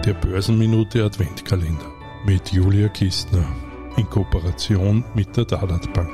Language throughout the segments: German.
Der Börsenminute Adventkalender mit Julia Kistner in Kooperation mit der Dadat Bank.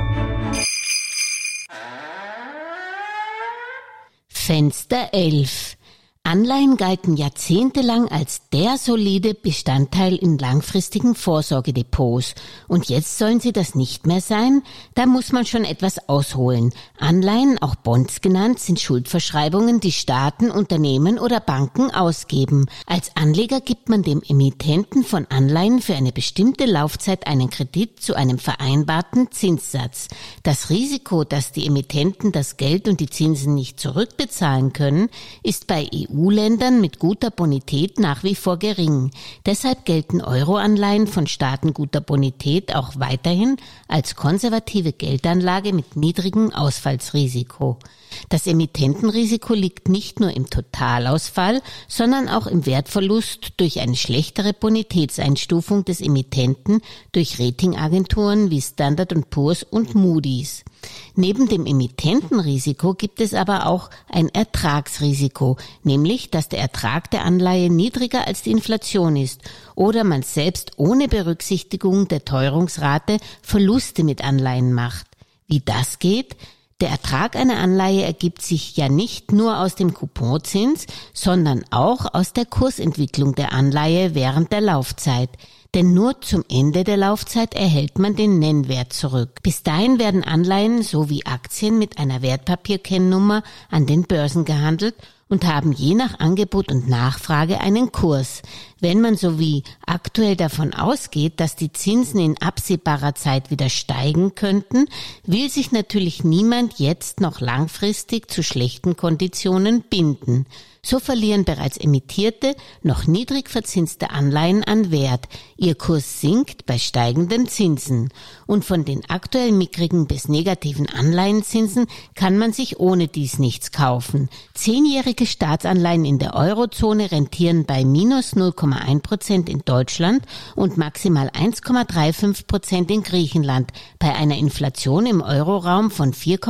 Fenster 11. Anleihen galten jahrzehntelang als der solide Bestandteil in langfristigen Vorsorgedepots. Und jetzt sollen sie das nicht mehr sein? Da muss man schon etwas ausholen. Anleihen, auch Bonds genannt, sind Schuldverschreibungen, die Staaten, Unternehmen oder Banken ausgeben. Als Anleger gibt man dem Emittenten von Anleihen für eine bestimmte Laufzeit einen Kredit zu einem vereinbarten Zinssatz. Das Risiko, dass die Emittenten das Geld und die Zinsen nicht zurückbezahlen können, ist bei EU-Ländern mit guter Bonität nach wie vor gering. Deshalb gelten Euro-Anleihen von Staaten guter Bonität auch weiterhin als konservative Geldanlage mit niedrigem Ausfallsrisiko. Das Emittentenrisiko liegt nicht nur im Totalausfall, sondern auch im Wertverlust durch eine schlechtere Bonitätseinstufung des Emittenten durch Ratingagenturen wie Standard & Poor's und Moody's. Neben dem Emittentenrisiko gibt es aber auch ein Ertragsrisiko, nämlich, dass der Ertrag der Anleihe niedriger als die Inflation ist oder man selbst ohne Berücksichtigung der Teuerungsrate Verluste mit Anleihen macht. Wie das geht? Der Ertrag einer Anleihe ergibt sich ja nicht nur aus dem Couponzins, sondern auch aus der Kursentwicklung der Anleihe während der Laufzeit. Denn nur zum Ende der Laufzeit erhält man den Nennwert zurück. Bis dahin werden Anleihen sowie Aktien mit einer Wertpapierkennnummer an den Börsen gehandelt und haben je nach Angebot und Nachfrage einen Kurs. Wenn man so wie aktuell davon ausgeht, dass die Zinsen in absehbarer Zeit wieder steigen könnten, will sich natürlich niemand jetzt noch langfristig zu schlechten Konditionen binden. So verlieren bereits emittierte, noch niedrig verzinste Anleihen an Wert. Ihr Kurs sinkt bei steigenden Zinsen. Und von den aktuell mickrigen bis negativen Anleihenzinsen kann man sich ohne dies nichts kaufen. 10-jährige Staatsanleihen in der Eurozone rentieren bei minus 0,1% in Deutschland und maximal 1,35% in Griechenland bei einer Inflation im Euroraum von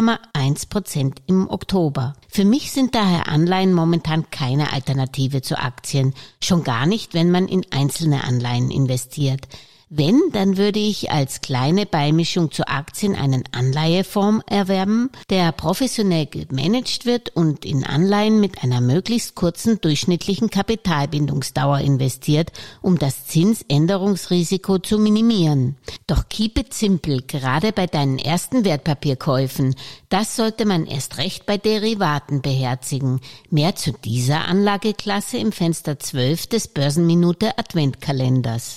4,1% im Oktober. Für mich sind daher Anleihen momentan keine Alternative zu Aktien, schon gar nicht, wenn man in einzelne Anleihen investiert. Wenn, dann würde ich als kleine Beimischung zu Aktien einen Anleihefonds erwerben, der professionell gemanagt wird und in Anleihen mit einer möglichst kurzen durchschnittlichen Kapitalbindungsdauer investiert, um das Zinsänderungsrisiko zu minimieren. Doch keep it simple, gerade bei deinen ersten Wertpapierkäufen. Das sollte man erst recht bei Derivaten beherzigen. Mehr zu dieser Anlageklasse im Fenster 12 des Börsenminute Adventkalenders.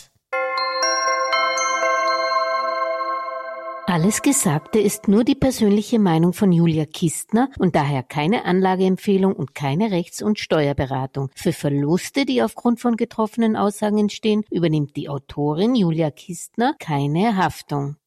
Alles Gesagte ist nur die persönliche Meinung von Julia Kistner und daher keine Anlageempfehlung und keine Rechts- und Steuerberatung. Für Verluste, die aufgrund von getroffenen Aussagen entstehen, übernimmt die Autorin Julia Kistner keine Haftung.